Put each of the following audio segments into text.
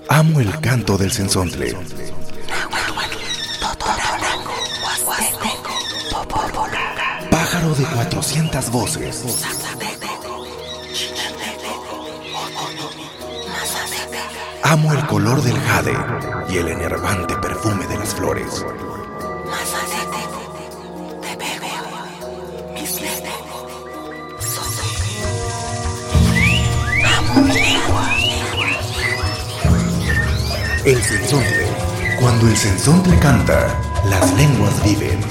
Amo el canto del cenzontle. Pájaro de 400 voces. Amo el color del jade y el enervante perfume de las flores. El cenzontle. Cuando el cenzontle canta, las lenguas viven.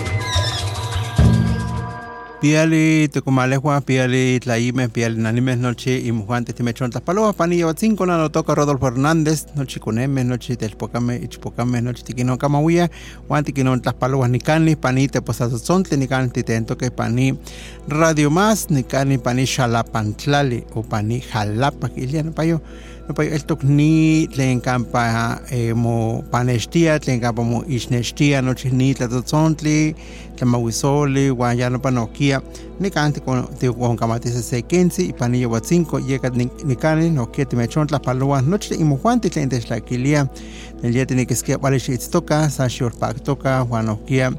Piali tucumalejua, piali tlaime, piali nanimes noche y mujantes timechon taspaloa, panilla 5 no toca Rodolfo Hernández, noche coneme, noche telpocame, ichpocame, noche tiquino camauia, guantiquino taspaloa nicani, panite posazontle, nicani titento que pani Radio Más, nicani pani xalapantlali o pani jalapa, que ya no payo. El tocni le encampa mo panestia, le encampa mo isnestia, noche ni la tzontli, la mawisoli, guayano panoquia, ni cante con camatiza se 15 y panillo wat 5, llega ni cane, no que te me chont las paloas, noche y mojuante le entes la quilia, el día tiene que esquiar para el toca, sashor pack toca, guanoquia,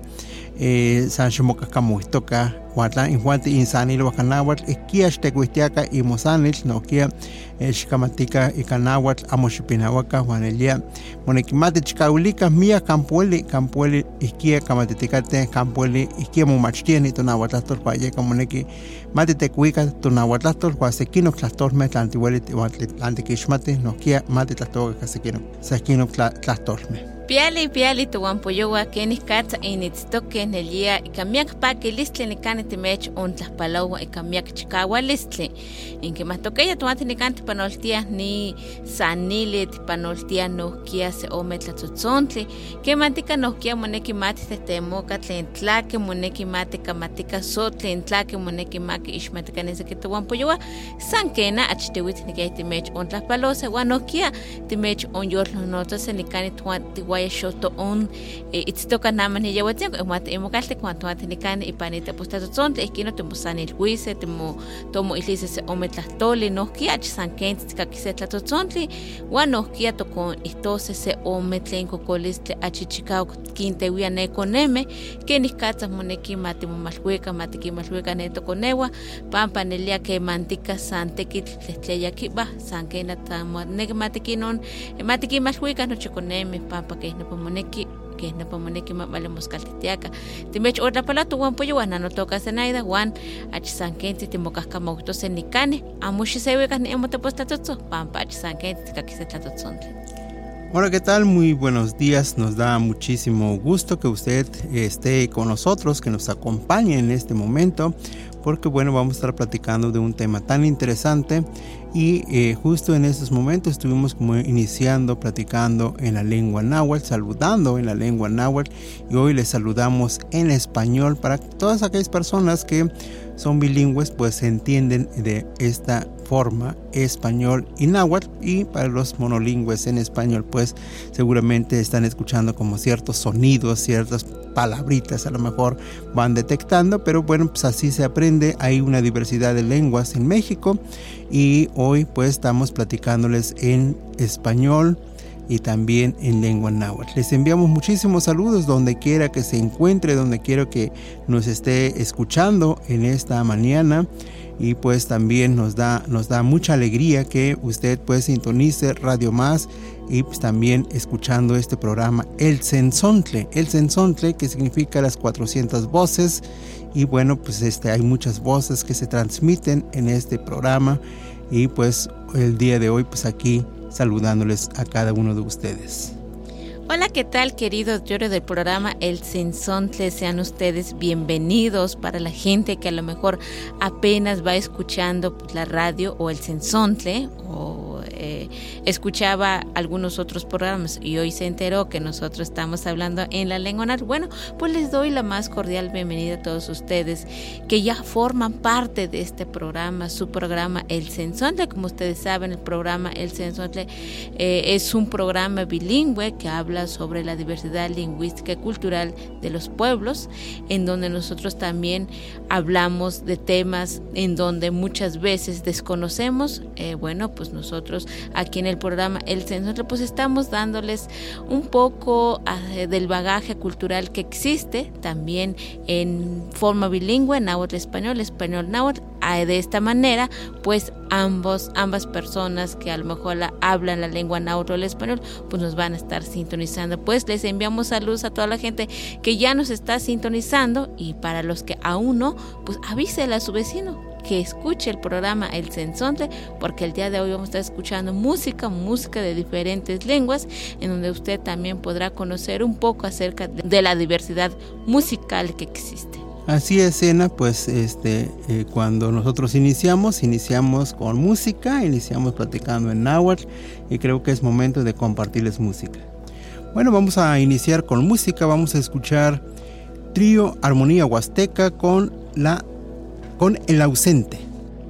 sancho moca camu toca, guatla, injuante insani lo bacanawat, esquias te cuestiaca y mosanich, no que xicamatica y canahuatl amoxipinahuaca juanelia monequimate chicaulica mía campueli isquia camateticate campueli isquia momachtia ni tonahuatlastol cuayeca monequi matetecuica tonahuatlastol cuasequino tlastorme tlantihueli tlantiquixmate noquia mate tlastoga casequino saquino tlastorme. Piali tuampoyowa kenis katsa initztoque nelia ikamiak pakilistli nikani timech ontlaspalowa ikamiak chikawalistli inke mahtokeya tuanti nikanti panoltia ni sanilit panoltia nohkia se ometlatzontli kemantika nohkia moneki mati tetemoka tlen tlake moneki mati kamatika sotlen tlake moneki maki ixmatika neseki tuampoyowa sankena achtewit nikay timech ontlaspalose wan nohkia timech onyolnonotose nikani tuanti shoto on itztoka naman ni yawatin mate emokalte cuanto antinicane y panita postatozontle esquino temosani el huise tomo ilise se ometlatoli nohkia chisankent tikakise tlatozontle wan nohkia tokon istose se ometlen kokolistle achichikao kintewia ne koneme kenikatsa moneki mate momalhueka mate kimalhueka ne tokonewa pampa nelia ke mantika santekit tleya kiba sankena tamo negmate kinon mate kimalhueka no chikoneme pampa que no pomoneki mabale moscaltitiaca timech otra palato wan pollo wan no toca senaida wan achisankenti timokaka mautos nikane amushi seweka ni emotepostatotso pampa achisankenti tikakisetatsontle. Hola, ¿qué tal? Muy buenos días. Nos da muchísimo gusto que usted esté con nosotros, que nos acompañe en este momento, porque bueno, vamos a estar platicando de un tema tan interesante y justo en estos momentos estuvimos como iniciando, platicando en la lengua náhuatl, saludando en la lengua náhuatl y hoy les saludamos en español para todas aquellas personas que son bilingües, pues entienden de esta forma español y náhuatl, y para los monolingües en español pues seguramente están escuchando como ciertos sonidos, ciertas palabritas a lo mejor van detectando, pero bueno, pues así se aprende. Hay una diversidad de lenguas en México y hoy pues estamos platicándoles en español y también en lengua náhuatl. Les enviamos muchísimos saludos donde quiera que se encuentre, donde quiera que nos esté escuchando en esta mañana. Y pues también nos da mucha alegría que usted pues sintonice Radio Más y pues también escuchando este programa El Cenzontle, que significa las 400 voces. Y bueno, pues hay muchas voces que se transmiten en este programa y pues el día de hoy pues aquí saludándoles a cada uno de ustedes. Hola, ¿qué tal, queridos llores del programa El Cenzontle? Sean ustedes bienvenidos. Para la gente que a lo mejor apenas va escuchando la radio o El Cenzontle o escuchaba algunos otros programas y hoy se enteró que nosotros estamos hablando en la lengua náhuatl. Bueno, pues les doy la más cordial bienvenida a todos ustedes que ya forman parte de este programa, su programa El Cenzontle. Como ustedes saben, el programa El Cenzontle es un programa bilingüe que habla sobre la diversidad lingüística y cultural de los pueblos, en donde nosotros también hablamos de temas en donde muchas veces desconocemos. Bueno, pues nosotros aquí en el programa El Sensontle, pues estamos dándoles un poco del bagaje cultural que existe, también en forma bilingüe, náhuatl español, español náhuatl. De esta manera, pues ambas personas que a lo mejor hablan la lengua náhuatl o el español, pues nos van a estar sintonizando. Pues les enviamos saludos a toda la gente que ya nos está sintonizando, y para los que aún no, pues avísele a su vecino que escuche el programa El Sensontle, porque el día de hoy vamos a estar escuchando música de diferentes lenguas, en donde usted también podrá conocer un poco acerca de la diversidad musical que existe. Así es, Ena, pues cuando nosotros iniciamos con música, iniciamos platicando en náhuatl, y creo que es momento de compartirles música. Bueno, vamos a iniciar con música, vamos a escuchar Trío Armonía Huasteca con El Ausente.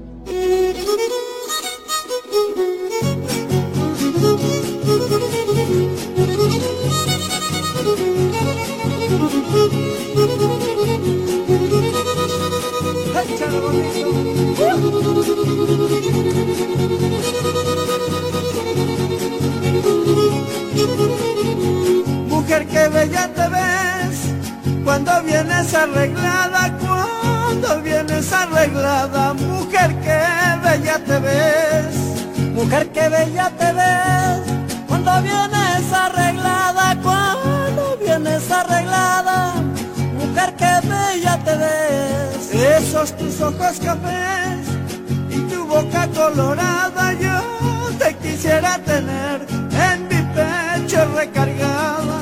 Mujer, qué bella te ves cuando vienes arreglada, cuando vienes arreglada. Mujer, qué bella te ves. Mujer, qué bella te ves cuando vienes arreglada, cuando vienes arreglada. Mujer, qué bella te ves. Esos tus ojos cafés y tu boca colorada, yo te quisiera tener en mi pecho recargada.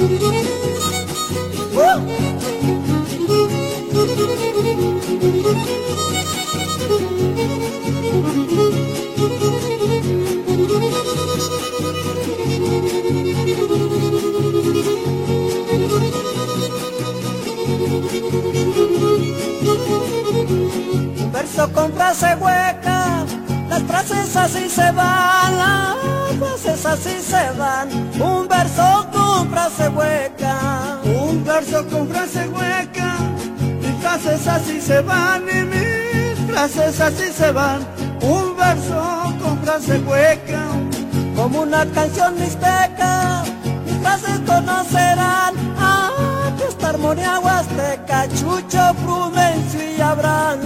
Un verso con frase hueca, las frases así se van, las frases así se van. Un verso con frase hueca, un verso con frase hueca, mis frases así se van y mis frases así se van. Un verso con frase hueca, como una canción mixteca, mis frases conocerán que esta armonía huasteca, Chucho, Prudencio y Abraham.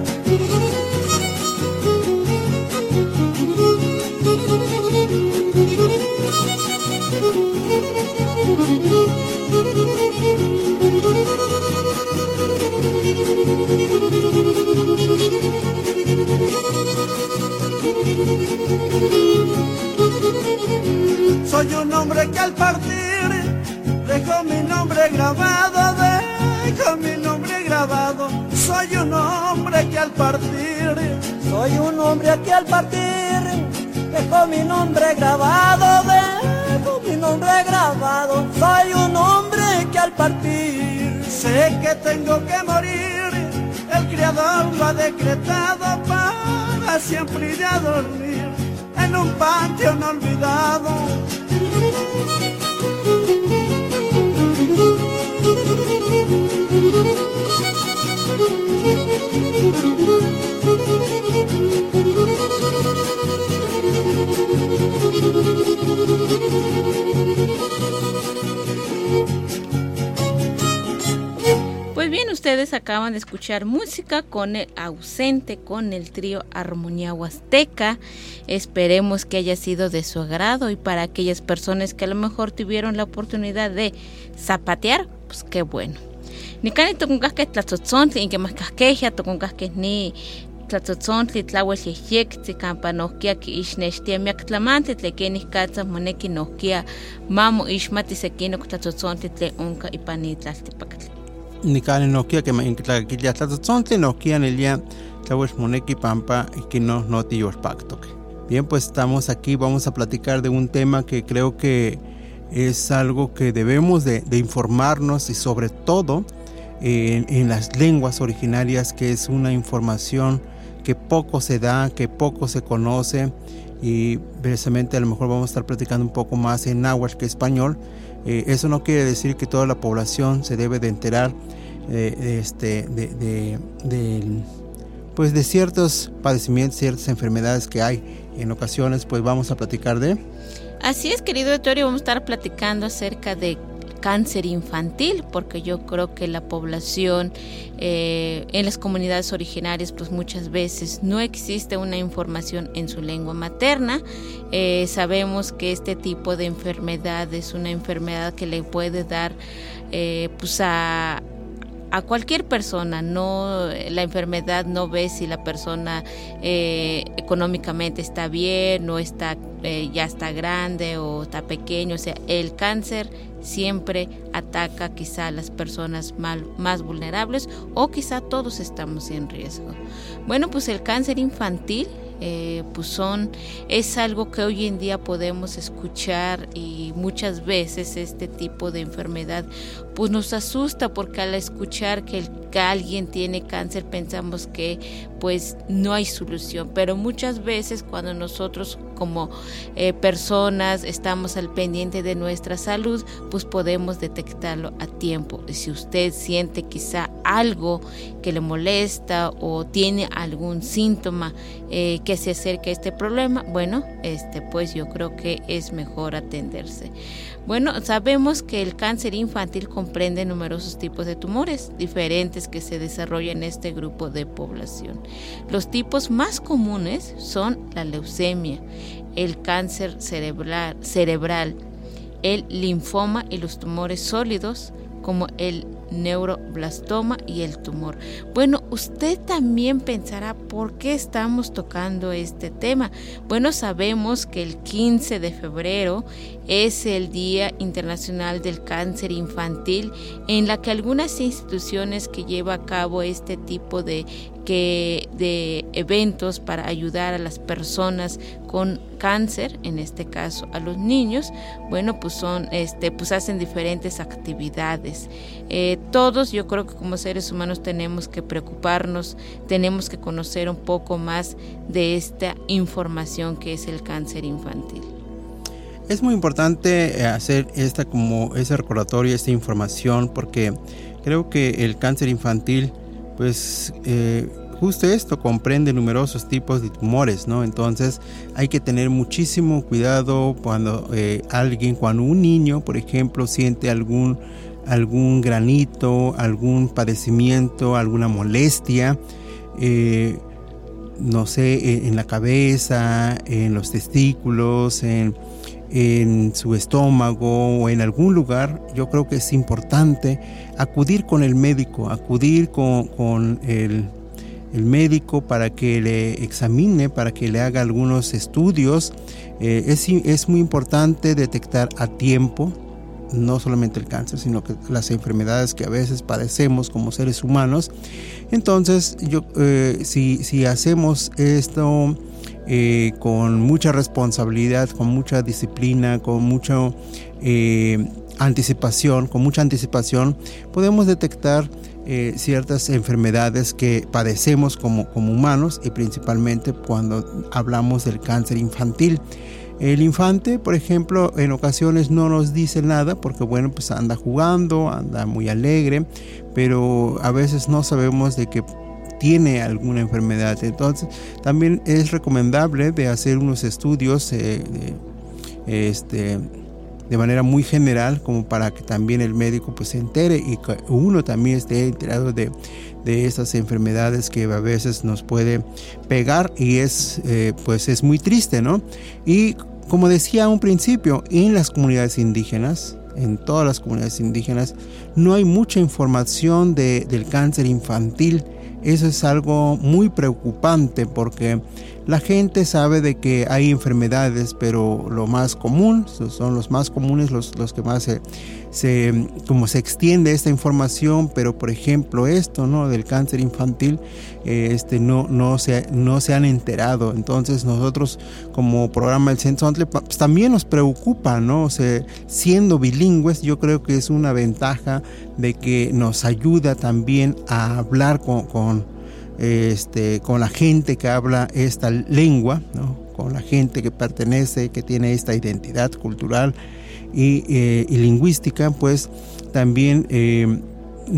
Soy un hombre que al partir dejo mi nombre grabado, dejo mi nombre grabado. Soy un hombre que al partir, soy un hombre que al partir dejo mi nombre grabado, dejo mi nombre grabado. Soy un hombre que al partir sé que tengo que morir, el Creador lo ha decretado para siempre ir a dormir en un panteón olvidado. Pues bien, ustedes acaban de escuchar música con El Ausente, con el trío Armonía Huasteca. Esperemos que haya sido de su agrado, y para aquellas personas que a lo mejor tuvieron la oportunidad de zapatear, pues qué bueno. Ni cani tocongasque tlatzotzontle, inque más casqueja tocongasque ni tlatzotzontle tlawel yeyectzi campa nohkia ki ixnextia miak tlamantli tle kenih katzah moneki nohkia mamo ixmati sekinok tlatzotzontle tle onka ipan itlaltipakatl. Ni cani nohkia que inquitlaquilla tlatzotzontle nohkia nelia tlawel moneki pampa que no tiyolpactoque. Bien, pues estamos aquí, vamos a platicar de un tema que creo que es algo que debemos de informarnos, y sobre todo en las lenguas originarias, que es una información que poco se da, que poco se conoce, y precisamente a lo mejor vamos a estar platicando un poco más en náhuatl que español. Eso no quiere decir que toda la población se debe de enterar pues de ciertos padecimientos, ciertas enfermedades que hay en ocasiones pues vamos a platicar de... Así es, querido auditorio, vamos a estar platicando acerca de cáncer infantil, porque yo creo que la población en las comunidades originarias pues muchas veces no existe una información en su lengua materna. Sabemos que este tipo de enfermedad es una enfermedad que le puede dar pues a cualquier persona. No, la enfermedad no ve si la persona económicamente está bien, o está ya está grande o está pequeño. O sea, el cáncer siempre ataca quizá a las personas más vulnerables, o quizá todos estamos en riesgo. Bueno, pues el cáncer infantil es algo que hoy en día podemos escuchar, y muchas veces este tipo de enfermedad pues nos asusta, porque al escuchar que alguien tiene cáncer pensamos que pues no hay solución, pero muchas veces cuando nosotros como personas estamos al pendiente de nuestra salud, pues podemos detectarlo a tiempo. Si usted siente quizá algo que le molesta o tiene algún síntoma que se acerque a este problema, bueno, pues yo creo que es mejor atenderse. Bueno, sabemos que el cáncer infantil comprende numerosos tipos de tumores diferentes que se desarrollan en este grupo de población. Los tipos más comunes son la leucemia, el cáncer cerebral, el linfoma y los tumores sólidos como el neuroblastoma y el tumor. Bueno, usted también pensará, ¿por qué estamos tocando este tema? Bueno, sabemos que el 15 de febrero es el Día Internacional del Cáncer Infantil, en la que algunas instituciones que llevan a cabo este tipo de eventos para ayudar a las personas con cáncer, en este caso a los niños, bueno, pues hacen diferentes actividades. Todos, yo creo que como seres humanos tenemos que preocuparnos, tenemos que conocer un poco más de esta información que es el cáncer infantil. Es muy importante hacer ese recordatorio, esta información, porque creo que el cáncer infantil, pues justo esto comprende numerosos tipos de tumores, ¿no? Entonces hay que tener muchísimo cuidado cuando un niño, por ejemplo, siente algún granito, algún padecimiento, alguna molestia, no sé, en la cabeza, en los testículos, en su estómago o en algún lugar. Yo creo que es importante acudir con el médico, acudir con el médico para que le examine, para que le haga algunos estudios. Es muy importante detectar a tiempo no solamente el cáncer, sino que las enfermedades que a veces padecemos como seres humanos. Entonces, si hacemos esto con mucha responsabilidad, con mucha disciplina, con mucha anticipación, podemos detectar ciertas enfermedades que padecemos como humanos, y principalmente cuando hablamos del cáncer infantil. El infante, por ejemplo, en ocasiones no nos dice nada porque, bueno, pues anda jugando, anda muy alegre, pero a veces no sabemos de que tiene alguna enfermedad. Entonces, también es recomendable de hacer unos estudios de manera muy general, como para que también el médico pues se entere y que uno también esté enterado de estas enfermedades que a veces nos puede pegar, y es muy triste, ¿no? Y como decía a un principio, en las comunidades indígenas, en todas las comunidades indígenas, no hay mucha información del cáncer infantil. Eso es algo muy preocupante, porque la gente sabe de que hay enfermedades, pero lo más común, son los más comunes, los que más como se extiende esta información. Pero por ejemplo esto, ¿no?, del cáncer infantil, no se han enterado. Entonces nosotros como programa del Tzontli, pues también nos preocupa, ¿no? O sea, siendo bilingües, yo creo que es una ventaja de que nos ayuda también a hablar con la gente que habla esta lengua, ¿no?, con la gente que pertenece, que tiene esta identidad cultural y lingüística. Pues también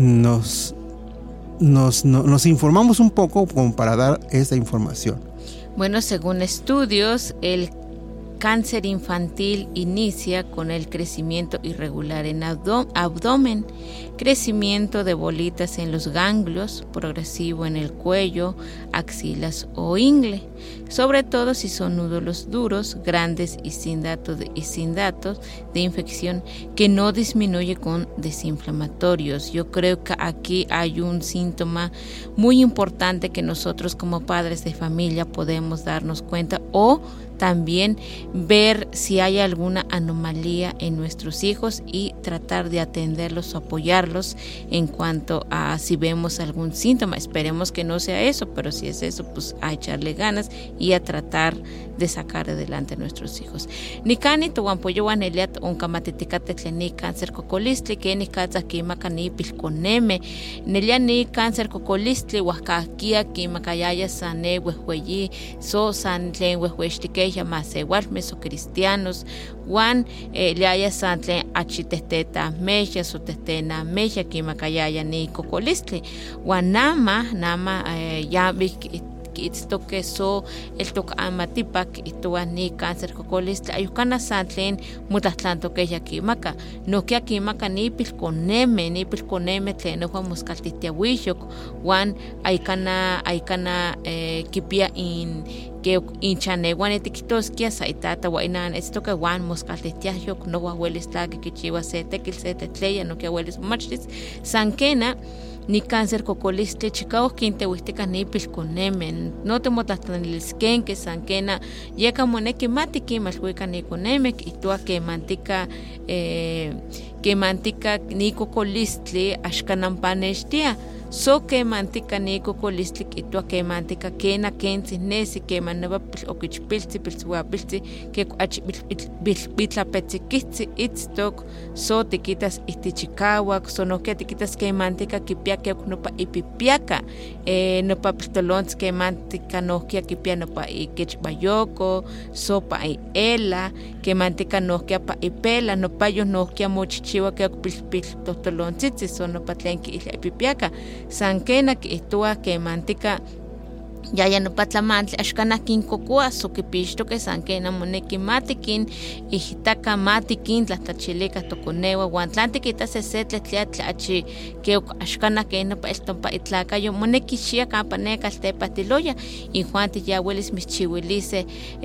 nos informamos un poco como para dar esta información. Bueno, según estudios, el cáncer infantil inicia con el crecimiento irregular en abdomen, crecimiento de bolitas en los ganglios, progresivo en el cuello, axilas o ingle, sobre todo si son nódulos duros, grandes y sin datos de infección, que no disminuye con desinflamatorios. Yo creo que aquí hay un síntoma muy importante que nosotros como padres de familia podemos darnos cuenta, o también ver si hay alguna anomalía en nuestros hijos y tratar de atenderlos o apoyarlos en cuanto a si vemos algún síntoma. Esperemos que no sea eso, pero si es eso, pues a echarle ganas y a tratar de sacar adelante a nuestros hijos. Nikani tuampoyowan eliat onkamatitikate ni cáncer cocolistli que ni katsa kimaka ni pilconeme nelia ni cáncer cocolistli huascaquia kimakayaya sane huehueyi so san tlen huehuextikeya más igual mesocristianos Juan liaya san tlen achitesteta mecha su testena mecha kimakayaya ni cocolistli Juan nama ya esto que so el toca amatipak y tu ni cáncer cocolistli ayukana santlen mutatlanto que ya kimaka no que aquí maka ni pilconeme tlen no vamos kaltitia wishok wan aikana kipia in que inchane wan etikitoskia saitata wainan esto que wan moskaltitia yok no hueles la que chiwa se tekil se tetleya no que hueles machtis sankena ni cáncer cocolistli chicao quinte huistica ni pilconemen no te motastan el sken que sanquena llega moneki matiki malhuica ni conemec y tú que mantica ni cocolistli ashkanampaneshtia so que mantica ni cocolistli y tú que mantica kena kensi nesi que manaba okichpilsi pilsuapilsi que bitla petsikitsi itztok so te quitas istichikawak so no que te quitas que mantica kipia que no pa ipipiaca no pa pistolons que mantica no que kipia no pa ikechbayoko sopa y ela que mantica no que pa ipela no pa yo no que mochichiwa que pistolontzitzi so no pa tlen que ipipiaca sankena que estuva que mantica ya no patlamantli ashkana kinkokua so que pisto que sankena moneki matikin ihitaka matikin tlachtachileka tokonewa guantlante kita se setle tlachi que ashkana que no pa estompa itlakayo moneki xia campaneka tepatiloya y juanti ya hueles michiwilice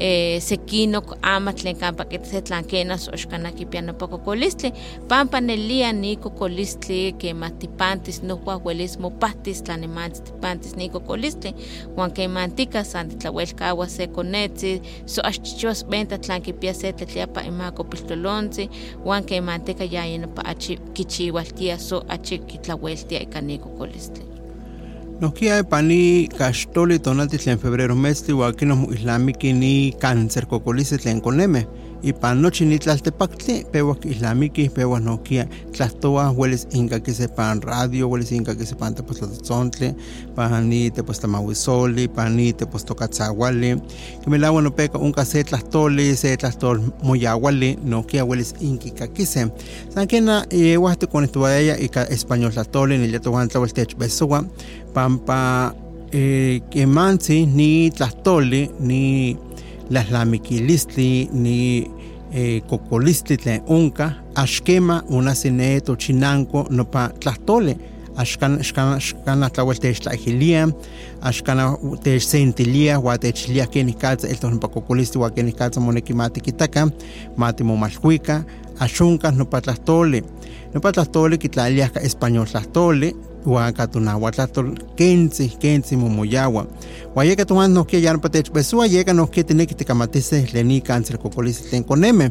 sekino amatlen campa que se tlankena so ashkana kipiano poco colistli pampanelia ni cocolistli que matipantis no hueles mopatis tlanemantis tipantis ni cocolistli que mantica santitlahuelca agua seconetzi so achchos venta tlanquipia se tetliapa imaco pistolonzi huan que manteca ya yeno pa achi kichihualtia so achi kitlahueltia icanico colistli. Nos queda pani castoli tonalti en febrero mes igual que nos islámico ni cáncer cocolistli tlen coneme y pan noche ni tlaltepactli pewa islámico pewa no queda tlastoa hueles inca que sepan radio hueles inca que sepan te pues tzontle pani te pues tamahuizoli pani te pues tocatzahuali que me la bueno peca un cassette tlastol moyahuali no queda hueles inca que se sanquena huaste con esto ella y español tlastoli ni le tocan tlahueltech besoa pampa que mansi ni tlastoli ni las lamiquilistli ni cocolistli tlen unca ashkema una sineto chinanco no pa tlastole ashkana tlahueltech tlahilia ashkana tech sentilia huatechlia kenikatza el ton pa cocolistli wa kenikatza moneki matikitaka mati momalhuica ashunka no pa tlastole kitlalia español tlastole Huacatunawa tlastol kensi momoyawa huayeka tuan no que ya no patech besua llega no que tiene que te camatese leni cáncer cocolistli tlen coneme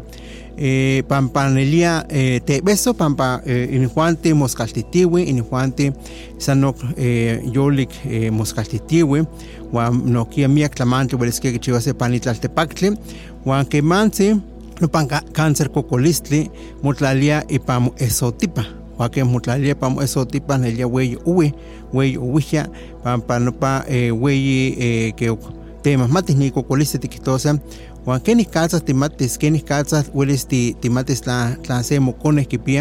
pampanelia te beso pampa injuante moscaltitiwi injuante sanok yolik moscaltitiwi huan no que miak tlamantli hueles que chihuase panitlaltepactli huan que mansi no pan cáncer cocolistli motlalia ipamo esotipa que mutlalia pam eso tipa nelia huello uwija pampa no pa huelli que temas matis ni cocolistli tikitosa huan kenis calzas timatis hueles timatis la se mocones que pie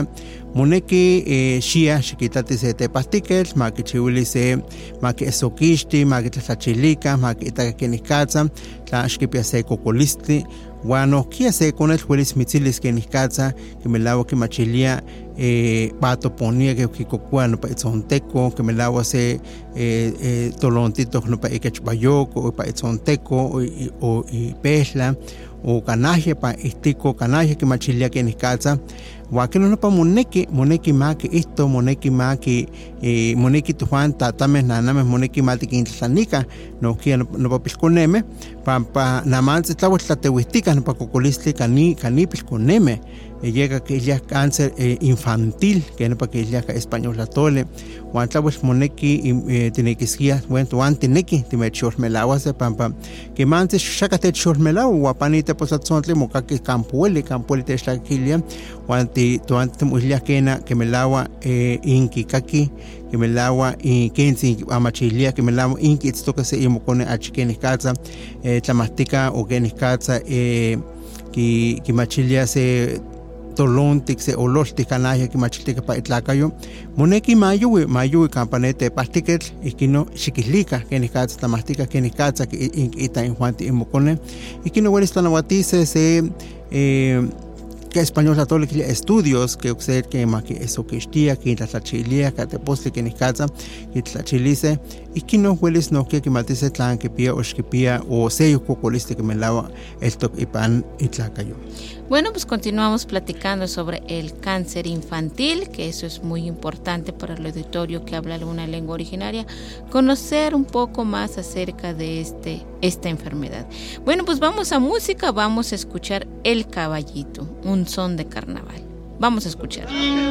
moneki xia xiquitati se tepahtiquetl, maquichiuili se maquiesoquixti, maquitlachilica, maquitaquenicatza, tla xquipia se cocolistli, Bueno, ¿qué se con el jueves mitziles que ni casa que me lavo que machilia pato ponía que cocuano pa etzonteco que me lavo hace tolontito no pa ekechbayoko pa etzonteco o pesla o canaje pa estico canaje que machilia que ni casa Wakino no pa moneki ma que esto moneki ma que moneki tu Juan tatames nanames moneki ma que intlanica no que no pa pisconeme pa naman se tlawa tlatehuistica no pa cocolistli cani pisconeme llega que ya cáncer infantil que no pa que ya español la tole Juan tlawa moneki tiene que esquiar bueno tu antineki te me chormelawa se pampa que manse shakate chormelawa guapanita posatzontle moca que campuele te estaquilia Juan tu antes mulia que me lawa inkikaki que me lawa kensi amachilia que me lawa inki esto se imocone achikeni casa tlamastica o kenis casa que machilia se tolontic se ololtic canaya que machiltica pa itlacayo moneki mayo campanete pastiquet y que no chiquilica kenis casa tlamastica kenis casa que ita en Juan imocone y que no huele stanawatice se que español católico estudios que usted que más que eso que estia que la chilia que te poste que ni casa que la chilice y que no hueles no que matice tan que pía o sello cocoliste que me lava esto y pan y tlacayo. Bueno, pues continuamos platicando sobre el cáncer infantil, que eso es muy importante para el auditorio que habla alguna lengua originaria, conocer un poco más acerca de esta enfermedad. Bueno, pues vamos a música, vamos a escuchar El Caballito, un son de carnaval. Vamos a escuchar.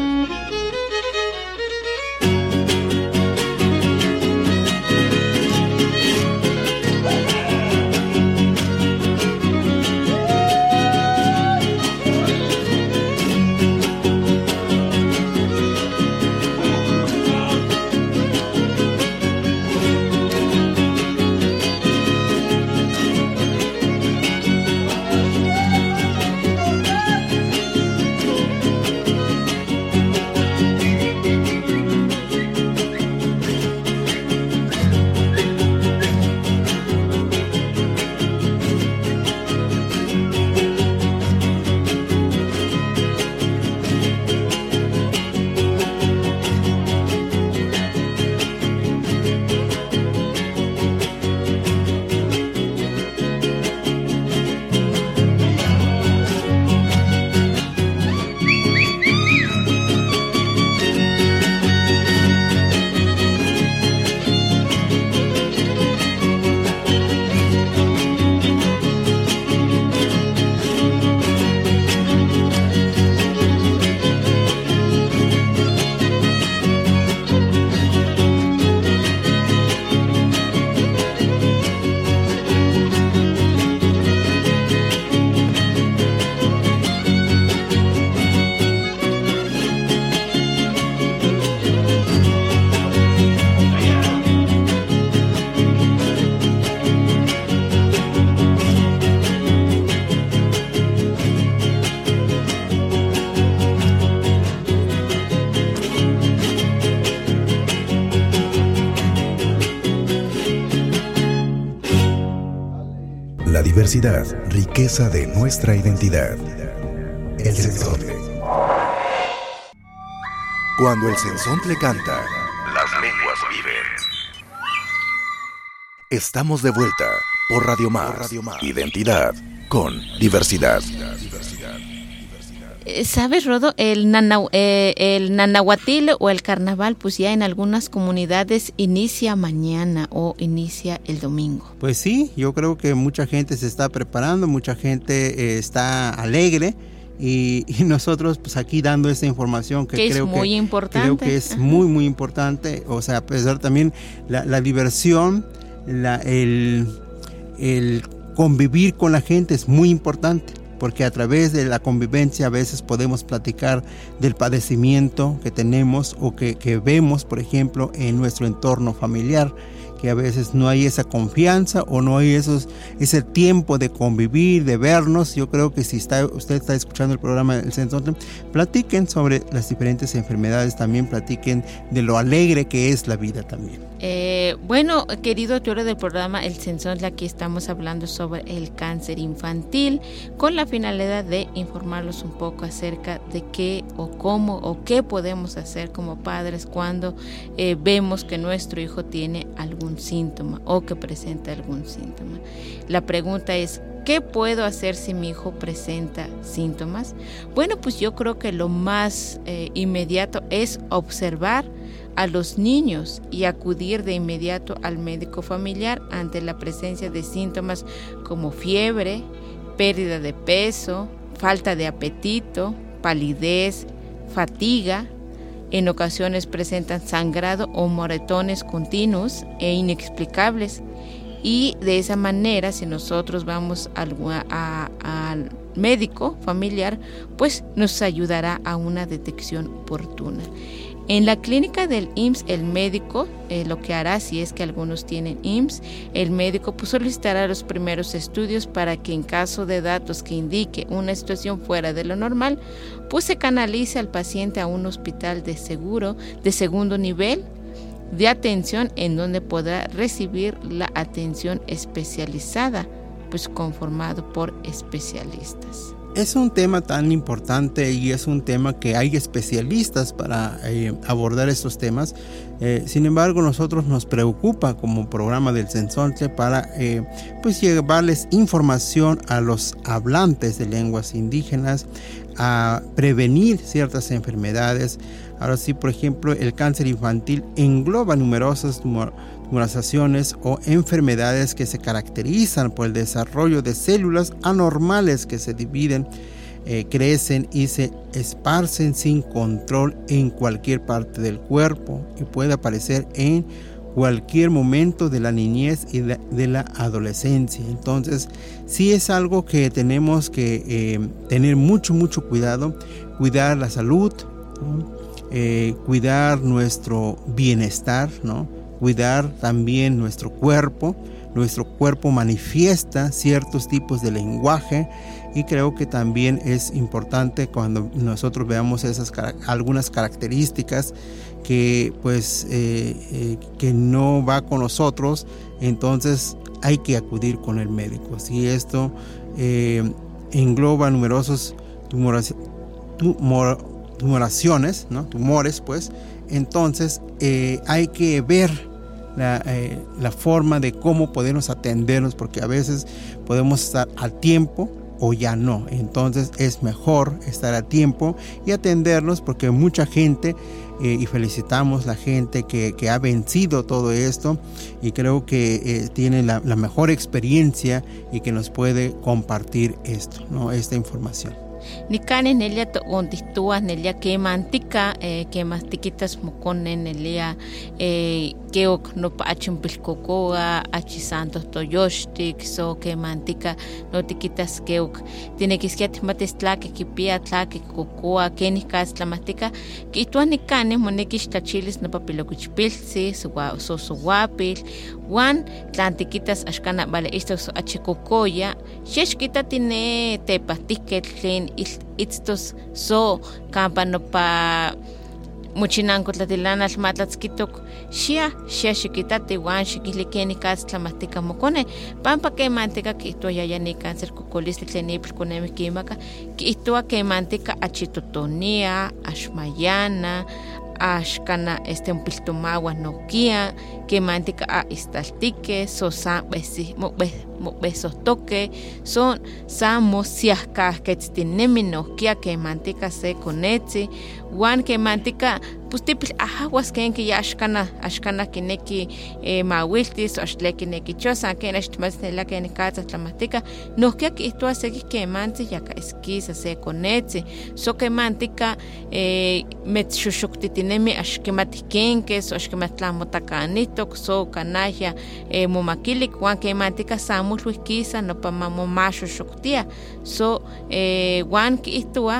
La diversidad, riqueza de nuestra identidad. El sensontle. Cuando el sensontle canta, las lenguas viven. Estamos de vuelta por Radio Más. Identidad con diversidad. ¿Sabes, Rodo? El nanahuatil o el carnaval, pues ya en algunas comunidades inicia mañana o inicia el domingo. Pues sí, yo creo que mucha gente se está preparando, mucha gente está alegre y nosotros pues aquí dando esa información que creo es muy importante. Creo que es muy importante, o sea, a pesar también la diversión, el convivir con la gente es muy importante. Porque a través de la convivencia a veces podemos platicar del padecimiento que tenemos o que vemos, por ejemplo, en nuestro entorno familiar, que a veces no hay esa confianza o no hay ese tiempo de convivir, de vernos. Yo creo que si usted está escuchando el programa del Sensontle, platiquen sobre las diferentes enfermedades, también platiquen de lo alegre que es la vida también. Bueno, querido autor del programa El Sensontle, aquí estamos hablando sobre el cáncer infantil con la finalidad de informarlos un poco acerca de qué o cómo o qué podemos hacer como padres cuando vemos que nuestro hijo tiene algún síntoma o que presenta algún síntoma. La pregunta es, ¿qué puedo hacer si mi hijo presenta síntomas? Bueno, pues yo creo que lo más inmediato es observar a los niños y acudir de inmediato al médico familiar ante la presencia de síntomas como fiebre, pérdida de peso, falta de apetito, palidez, fatiga. En ocasiones presentan sangrado o moretones continuos e inexplicables. Y de esa manera, si nosotros vamos al médico familiar, pues nos ayudará a una detección oportuna. En la clínica del IMSS, el médico lo que hará, si es que algunos tienen IMSS, el médico pues solicitará los primeros estudios para que en caso de datos que indique una situación fuera de lo normal, pues se canalice al paciente a un hospital de segundo nivel de atención en donde podrá recibir la atención especializada, pues conformado por especialistas. Es un tema tan importante y es un tema que hay especialistas para abordar estos temas. Sin embargo, nosotros nos preocupa como programa del Sensontle para pues llevarles información a los hablantes de lenguas indígenas, a prevenir ciertas enfermedades. Ahora sí, por ejemplo, el cáncer infantil engloba numerosas tumorizaciones o enfermedades que se caracterizan por el desarrollo de células anormales que se dividen, crecen y se esparcen sin control en cualquier parte del cuerpo y puede aparecer en cualquier momento de la niñez y de la adolescencia. Entonces, sí es algo que tenemos que tener mucho cuidado, cuidar la salud, ¿no? Cuidar nuestro bienestar, ¿no? Cuidar también nuestro cuerpo. Nuestro cuerpo manifiesta ciertos tipos de lenguaje y creo que también es importante cuando nosotros veamos algunas características que pues que no va con nosotros, entonces hay que acudir con el médico. Si esto engloba numerosos tumoraciones, ¿no? Tumores, pues, entonces hay que ver la forma de cómo podemos atendernos, porque a veces podemos estar a tiempo o ya no. Entonces es mejor estar a tiempo y atendernos, porque mucha gente, y felicitamos la gente que ha vencido todo esto y creo que tiene la mejor experiencia y que nos puede compartir esto, ¿no? Esta información. Nikane nelia to ontistua nelia que mantica que mastiquitas mocone nelia que ok no pachimpilcocoa achisantos toyoshtik so que mantica no tiquitas que ok tiene que skiat matestla que pia tla que cocoa que ni casla mastica que tu nikane monekis tachilis no papilokuchpilsi so guapil wan tlantiquitas ashkana vale esto achicocoya sheshkita tiene tepastiketlen Itztos so campano pa muchinanco tlatilana almatlatzquitok xia xiquitati wan xiquihliqueni catztlamastica mocone pampa que manteca quihtua yayani cáncer cocolistli tlenipil conemi quimaka quihtua que manteca achitotonia axmayana axcana un piltomaua noquia que manteca a istaltique so san mobesotoque son samo siasca que tinemi noquia que manteca se conetzi wan que manteca pues tipil aguas que ya axcana que neki mawiltis o axtleki neki chosa que nachtmasnela que nekatza tlamastica noquia que esto hace que manti ya ka esquisa se conetzi so que manteca metxuxuctitinemi axquematiquenques o axquematlamotacanitok so canaya momaquilik wan que manteca samulhuisquisa no pa mamomaxoxoctia so wan que esto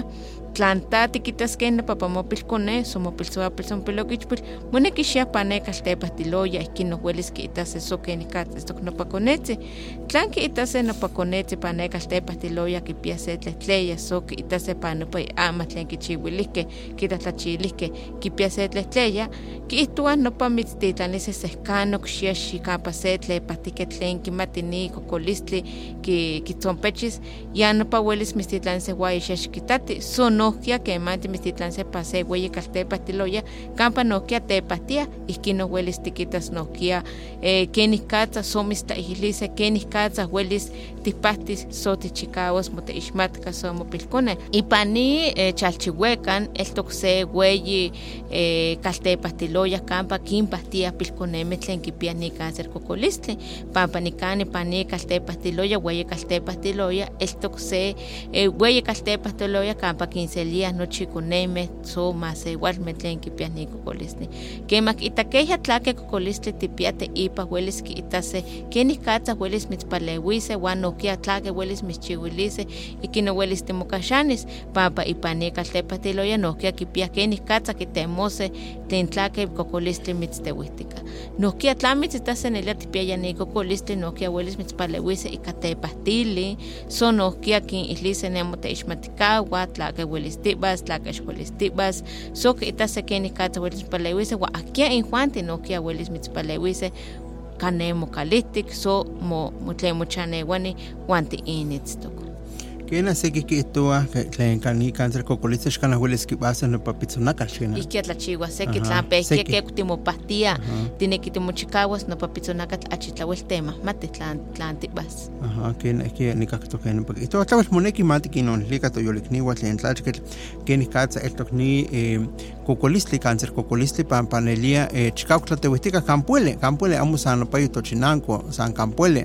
tlanta tiquitas que no papamopil cone, somopilsoapil son peloquichpil, monekishia panecas tepatiloya, y no hueles que itas eso que ni cat, esto no paconete. Tlan que itas no paconete panecas tepatiloya que piase tletleya, so que itas pano pa ama tlen que chihuilisque, que itas la chilisque, que piase tletleya, que ituan no pa mitztitan ese sescano, que xia capacetle, patique tlen, que matini, cocolistli, que son pechis, ya no pa hueles mistitlan se guay xaxquitati, son nokia que manti mistitlan se pase hueye caltepatiloya, campa nokia tepatía, y que no hueles tiquitas nokia, que ni catza somista igilice, que ni catza hueles tipastis soti chicaos mote ishmatka somo pilcone. Y pani chalchihuecan, el toxe hueye caltepatiloya, campa quimpastía pilcone metlen que pia ni cáncer cocoliste, pampa ni cane pani caltepatiloya, hueye caltepatiloya, el toxe hueye caltepatiloya, campa 15 días no chiconeme, so más igual metlen que pia ni cocoliste. Que mac itaqueja tlaque cocoliste tipiate ipa hueles que itase, que ni catza hueles mitzpalehuise, guanoquia tlaque hueles michihuilice, y que no hueles temocachanes, papa y pane caltepatiloya, noquia que pia que ni catza que temose, ten tlaque cocoliste mitztehuistica. Noquia tlamitz itase en el tipia ya ni cocoliste, noquia hueles mitzpalehuise y catepastili, so noquia que islice nemote ishmaticagua, tlaque hueles tibas, tlaque hueles tibas, so que itase que ni catza hueles mitzpalehuise, aquí en Juante noquia hueles mitzpalehuise, canemo calitic, so mutlemo chanewani, guante initztok. ¿Quién hace que esto que cani cáncer cocoliste escana hueles que vas en el papizonacas china? Y que la chigua sé que tlampe que último pastilla tiene que temo chicaguas no papizonacas achitla el tema mate tlantibas. Ajá, que ni cacto que no porque esto estaba moneki mate que no liga to yolikni wat len tlachke que ni catza el tokni cocoliste cáncer cocoliste panelia chicaucla tehuestica campuele vamos a no país tochinanco san campuele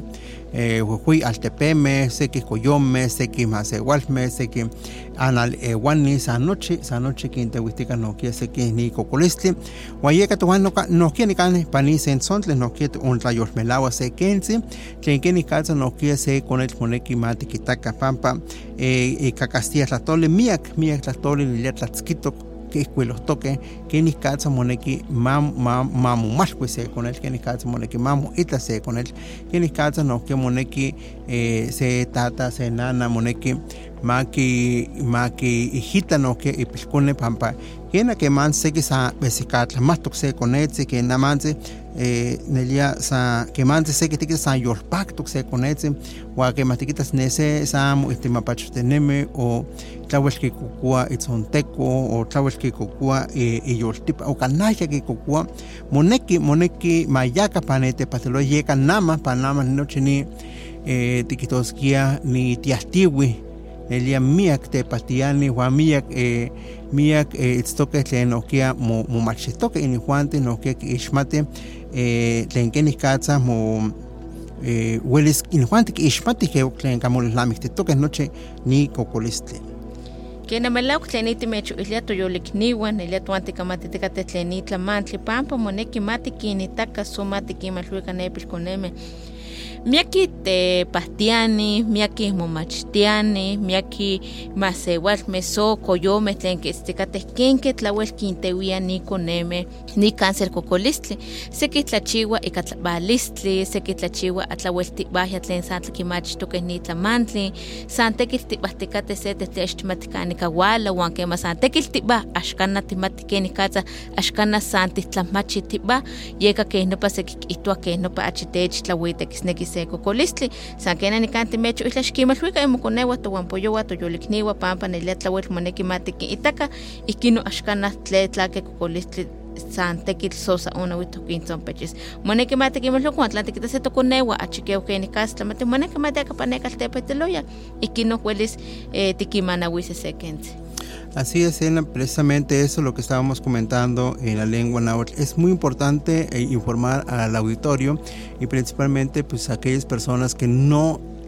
hui altepeme sé que coyome sé que más igualme sé que anal wani sa noche que intehuistica no quiere sé que ni cocoliste guayeca tu no quiere ni cane pani sen sontle no quiere un rayo melagua sé que ni calza no quiere sé con el moneki mate que taca pampa cacastilla la tole miak la tole ni la tzquito que escuelos toque que ni calza moneki mamu más pues con él que ni calza moneki mamu ita se con él que ni calza no que moneki se tata se nana moneki maki hijita no que ipilcone pampa quena que man se que sa besicatla más toxe con él se que na manse nelia sa que man se que tique sa yor pack toxe con él wa que matiquitas nese sa estima pacho teneme o tlawel que kukua itzonteco o tlawel que kukua iyoltipa o canalla que kukua moneki mayaka panete patelo llega nama panama noche ni tikitoskia ni tiastiwi elia miak te patiani wa miak itstoke tlen okia mo machetoke ini Juante no que ishmate tlen que ni katza mo hueles in Juante que ishmate que tlen kamol lamik te toque noche ni cocoliste. Que na malauk tleniti mecho ilia toyolikniwan ilia tuanti kamati tikate tlenitla mantli pampa moneki mati kini taka somati kimalhuika nepil koneme miaki te pastiani miaki momachtiani miaki masewal meso koyome tlen que tikate kenke tlawel kintewia ni koneme ni cáncer cocolistli seki tlachiwa ikatlabalistli seki tlachiwa atlawel tibahya tlen santli kimachtoke ni tlamantli santekil tibahtikate se tetextimatikani kawala wan kema santekil tiba ashkana timatikeni katza ashkana santi tlamachi tiba yeka ke no pa seki itwa ke no pa achitech tlawite kisneki se cocolistli sankena ni kanti mecho itlashkimalhuika emokonewa to wampoyowa to yolikniwa pampa nelia tlawel moneki matiki itaka ikino ashkana tletlake cocolistli santekil sosa una wito quinton peches moneki mate kimlo con atlantic se toconewa achikeu que ni casta mate moneki mate akapaneka tepeteloya ikino hueles tikimana wise second. Así es, precisamente eso lo que estábamos comentando en la lengua náhuatl. Es muy importante informar al auditorio y principalmente pues a aquellas personas que no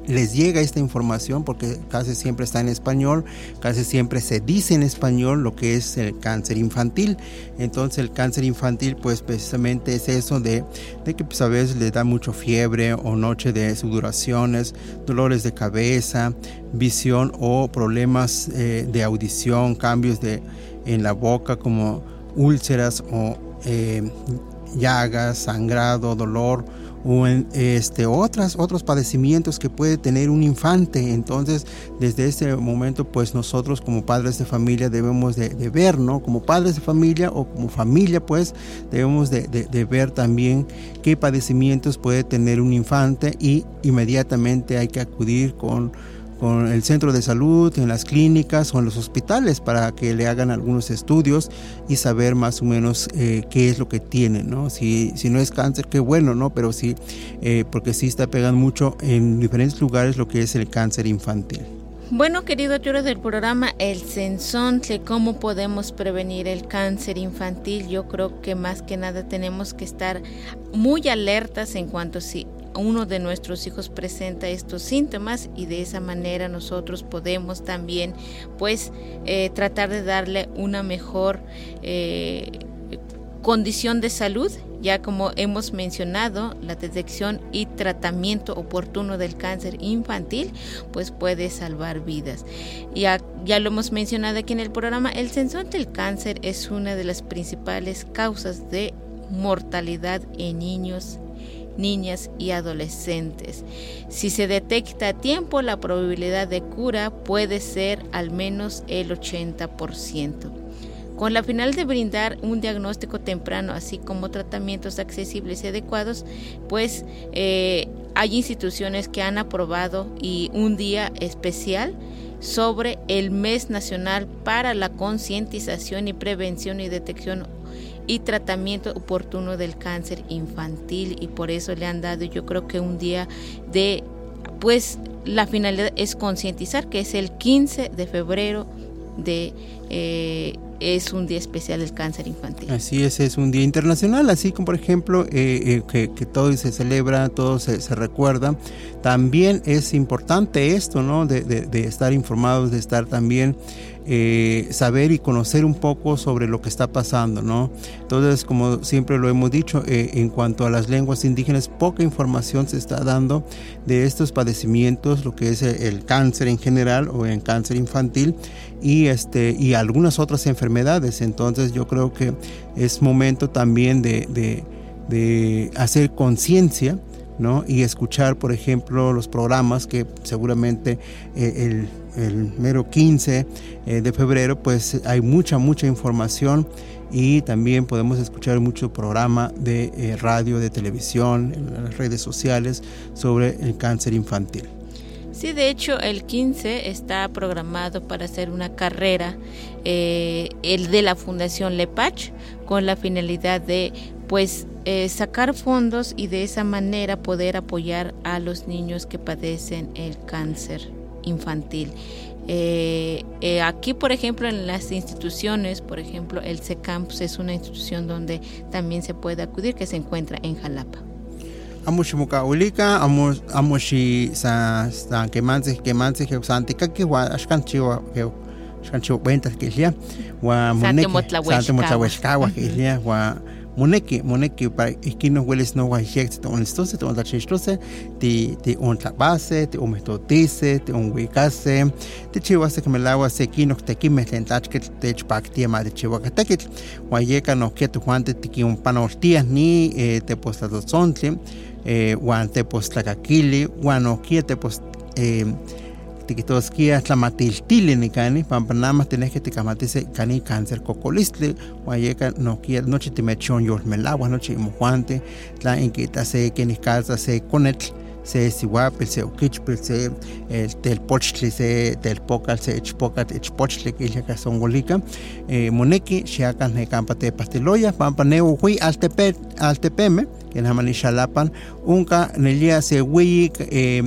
les llega esta información, porque casi siempre está en español, casi siempre se dice en español lo que es el cáncer infantil. Entonces el cáncer infantil pues precisamente es eso de que pues a veces le da mucho fiebre o noche de sudoraciones, dolores de cabeza, visión o problemas de audición, cambios en la boca como úlceras o llagas, sangrado, dolor o otros padecimientos que puede tener un infante. Entonces desde este momento pues nosotros como padres de familia debemos de ver, ¿no? Como padres de familia o como familia pues debemos de ver también qué padecimientos puede tener un infante, y inmediatamente hay que acudir con el centro de salud, en las clínicas o en los hospitales para que le hagan algunos estudios y saber más o menos qué es lo que tiene, ¿no? Si no es cáncer, qué bueno, ¿no? Pero sí, porque sí está pegando mucho en diferentes lugares lo que es el cáncer infantil. Bueno, querido autor del programa El Sensontle, ¿cómo podemos prevenir el cáncer infantil? Yo creo que más que nada tenemos que estar muy alertas en cuanto si uno de nuestros hijos presenta estos síntomas, y de esa manera nosotros podemos también pues tratar de darle una mejor condición de salud, ya como hemos mencionado, la detección y tratamiento oportuno del cáncer infantil pues puede salvar vidas. Ya lo hemos mencionado aquí en el programa, el sensontle, el cáncer es una de las principales causas de mortalidad en niños, niñas y adolescentes. Si se detecta a tiempo, la probabilidad de cura puede ser al menos el 80%. Con la finalidad de brindar un diagnóstico temprano, así como tratamientos accesibles y adecuados, pues hay instituciones que han aprobado y un día especial sobre el Mes Nacional para la Concientización y Prevención y Detección y tratamiento oportuno del cáncer infantil, y por eso le han dado, yo creo que un día de, pues la finalidad es concientizar, que es el 15 de febrero es un día especial del cáncer infantil. Así es un día internacional, así como por ejemplo que todo se celebra, todo se recuerda. También es importante esto, ¿no? De estar informados, de estar también saber y conocer un poco sobre lo que está pasando, ¿no? Entonces, como siempre lo hemos dicho, en cuanto a las lenguas indígenas, poca información se está dando de estos padecimientos, lo que es el cáncer en general o el cáncer infantil y algunas otras enfermedades. Entonces, yo creo que es momento también de hacer conciencia, ¿no? Y escuchar, por ejemplo, los programas que seguramente el mero 15 de febrero pues hay mucha información, y también podemos escuchar mucho programa de radio, de televisión, en las redes sociales sobre el cáncer infantil. Sí, de hecho el 15 está programado para hacer una carrera el de la Fundación Lepach, con la finalidad de pues sacar fondos y de esa manera poder apoyar a los niños que padecen el cáncer infantil. Aquí, por ejemplo, en las instituciones, por ejemplo, el CECAMPS es una institución donde también se puede acudir, que se encuentra en Jalapa. Amushmuka ulika amushi sa kemanse que santika que wa ashkanchiwa cuentas que ya wa moneki sante motlaweshkawa que ya wa moneki para que nos hueles no wa hexte on entonces on la chistose ti on la base ti ometotice ti on wikase ti chiwase que melawa se kino te kimetentach que te chpaktia ma de chiwakatekit wa yeka no que tu juante ti un panortia ni te postadosontle wan te postlakakili wan no quiete post tiquitosquia tlamatiltili ni cani pampanama tenés que te camatice cani cáncer cocolistle guayeca no quiere noche te mechon yolmelagua noche mojuante la inquieta se que ni casa se conetl se sihuapil se uquichpil se el pochli se del pocal se echpochli que ya son golica moneki xiacan ne campate pastiloya pampaneo hui altepeme que na mani xalapan unca nelia se hui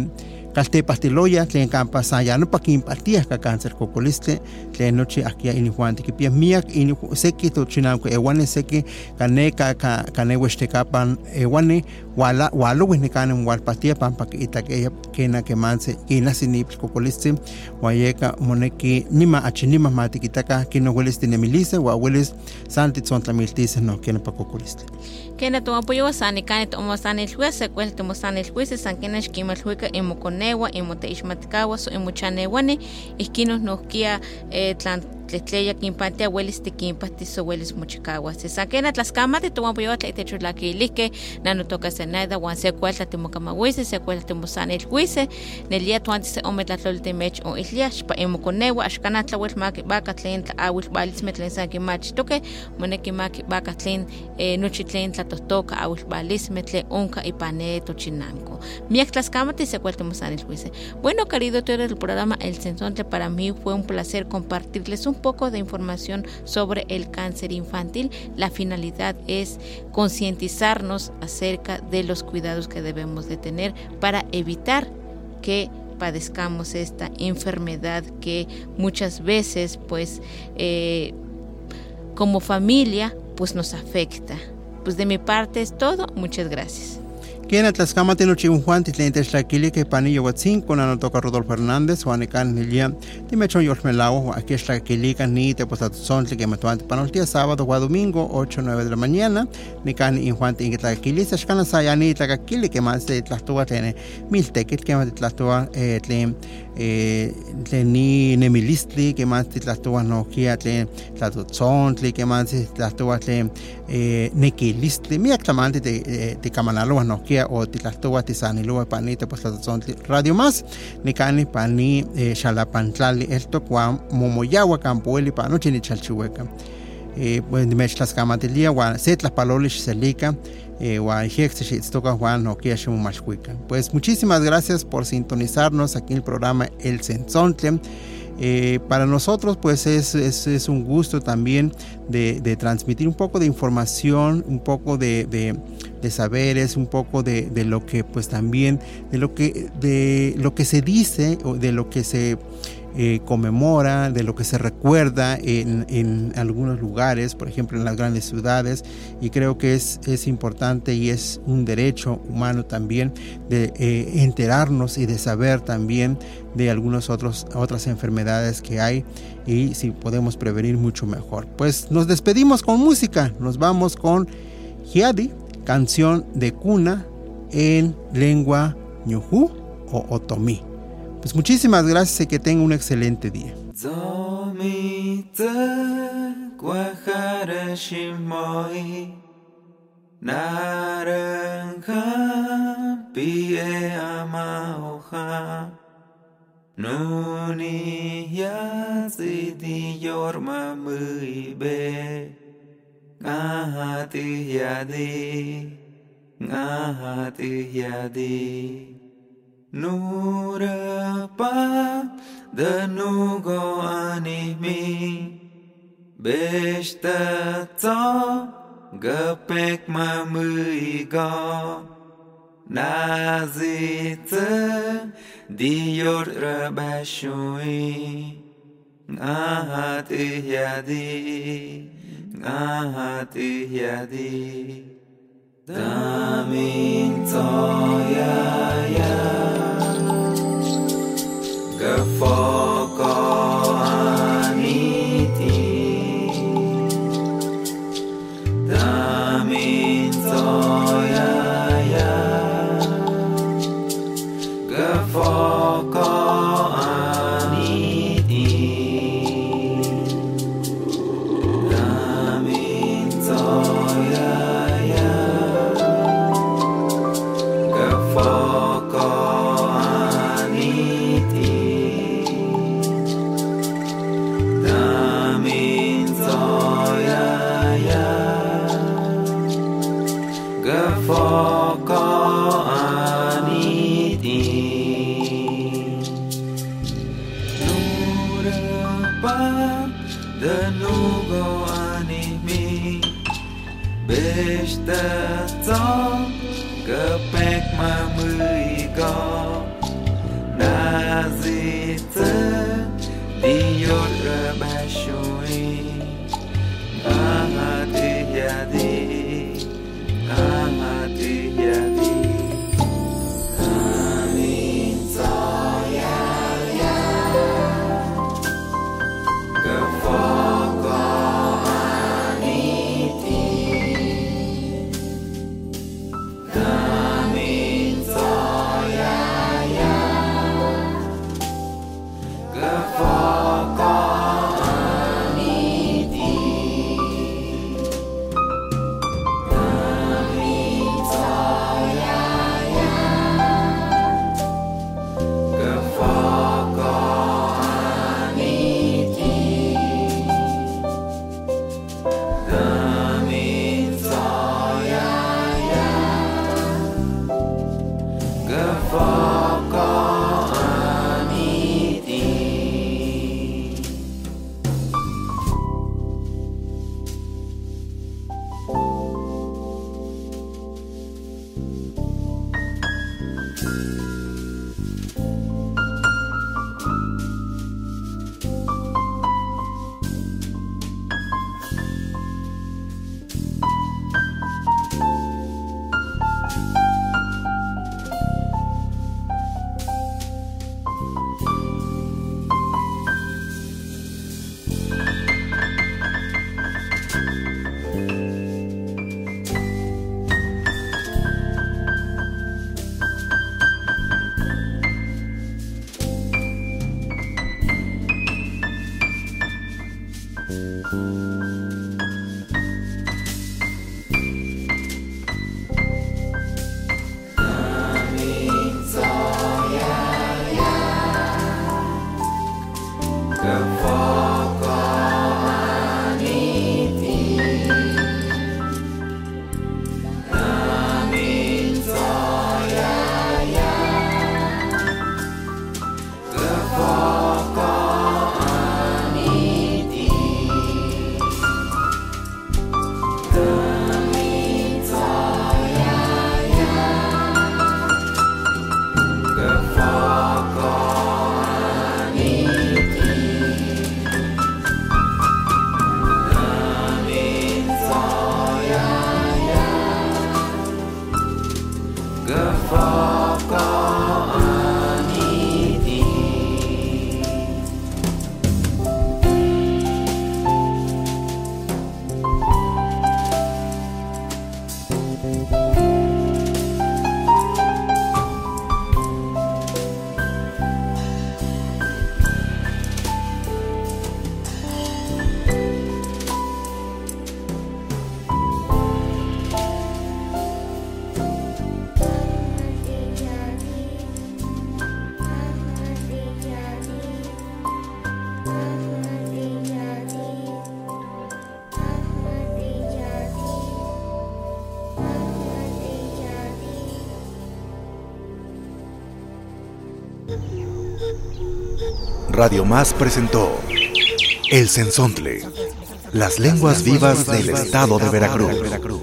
calte pastiloya tlen campa sayano pa quimpatia ka cáncer cocoliste tlen nochi aquí in Juan tikipia miak in seki to chinanko ewane seki kaneka kane westekapan ewane walo wehnekan walpatia pampa itakeya kena kemanse kina sinip cocoliste wayeka moneki nima achinima matikitaka kino weliste nemilise wa welis santi sontlamiltise no kena pa cocoliste kena to apoyo sani kanet o mosani juez cuel to mosani juez sankena skima jueka emokonewa emoteixmatkawa so emochanewani iskinos nokia tlan tletleya kimpantia welis tikimpati so welis mochikawa se sankena tlaskamati to apoyo tletechulakilike nano toka senada wan se cuelta timokamawise se cuelta mosani juez nelia to antes ometlatloltemech o isliash pa emokonewa ashkana tlawel baka tlen awil balismetlen sankimach toke moneki baka tlen nochitlen toka awil balismetle onka ipane tochinanko miak tlaskamati se cuelta mosani juez. Bueno, querido tú eres el programa El Sensontle. Para mí fue un placer compartirles un poco de información sobre el cáncer infantil. La finalidad es concientizarnos acerca de los cuidados que debemos de tener para evitar que padezcamos esta enfermedad que muchas veces pues como familia pues nos afecta. Pues de mi parte es todo. Muchas gracias. Quien tlaskamati no Juan titlente tlaquili que panillo watzin con anotoca Rodolfo Hernández o anecan nilia timechon yormelao aquí tlaquili ni te pues atzontle que matuante panoltia sábado o domingo 8-9 de la mañana ni can in Juan tin tlaquili se escana sayani tlaquili que más de tlatua tiene mil tequit que más de tlatua ni nemilistli que más de tlatua no kia tlatzontli que más de tlatua nequilistli mi aclamante de camanalo no kia o titlahtowa tisanilowa panita pues radio más ni cani pani xalapantlali esto cuan momoyawa campoeli panoche ni chalchihueca pues dimech tlaskamatilia wa setlas palolish selika wa hexich toca Juan no kia shumashhuica. Pues muchísimas gracias por sintonizarnos aquí en el programa El Sensontle. Para nosotros pues es un gusto también de transmitir un poco de información, un poco de saberes, un poco de lo que pues también de lo que se dice o de lo que se conmemora, de lo que se recuerda en algunos lugares, por ejemplo en las grandes ciudades, y creo que es importante y es un derecho humano también de enterarnos y de saber también de algunas otras enfermedades que hay, y si podemos prevenir mucho mejor. Pues nos despedimos con música, nos vamos con Hiadi, canción de cuna en lengua ñujú o otomí. Pues muchísimas gracias y que tenga un excelente día. Nurapa danugo animi besta tso gapek mamuigo nazitse diyor rabashui ahati yadi damin toya Gafoko aniti Damin toya Gafoko aniti Damin toya Gafoko Besta gapek mamuigo yazita liyor bashui ahati yadi amin saya Radio Más presentó El Cenzontle, las lenguas vivas del estado de Veracruz.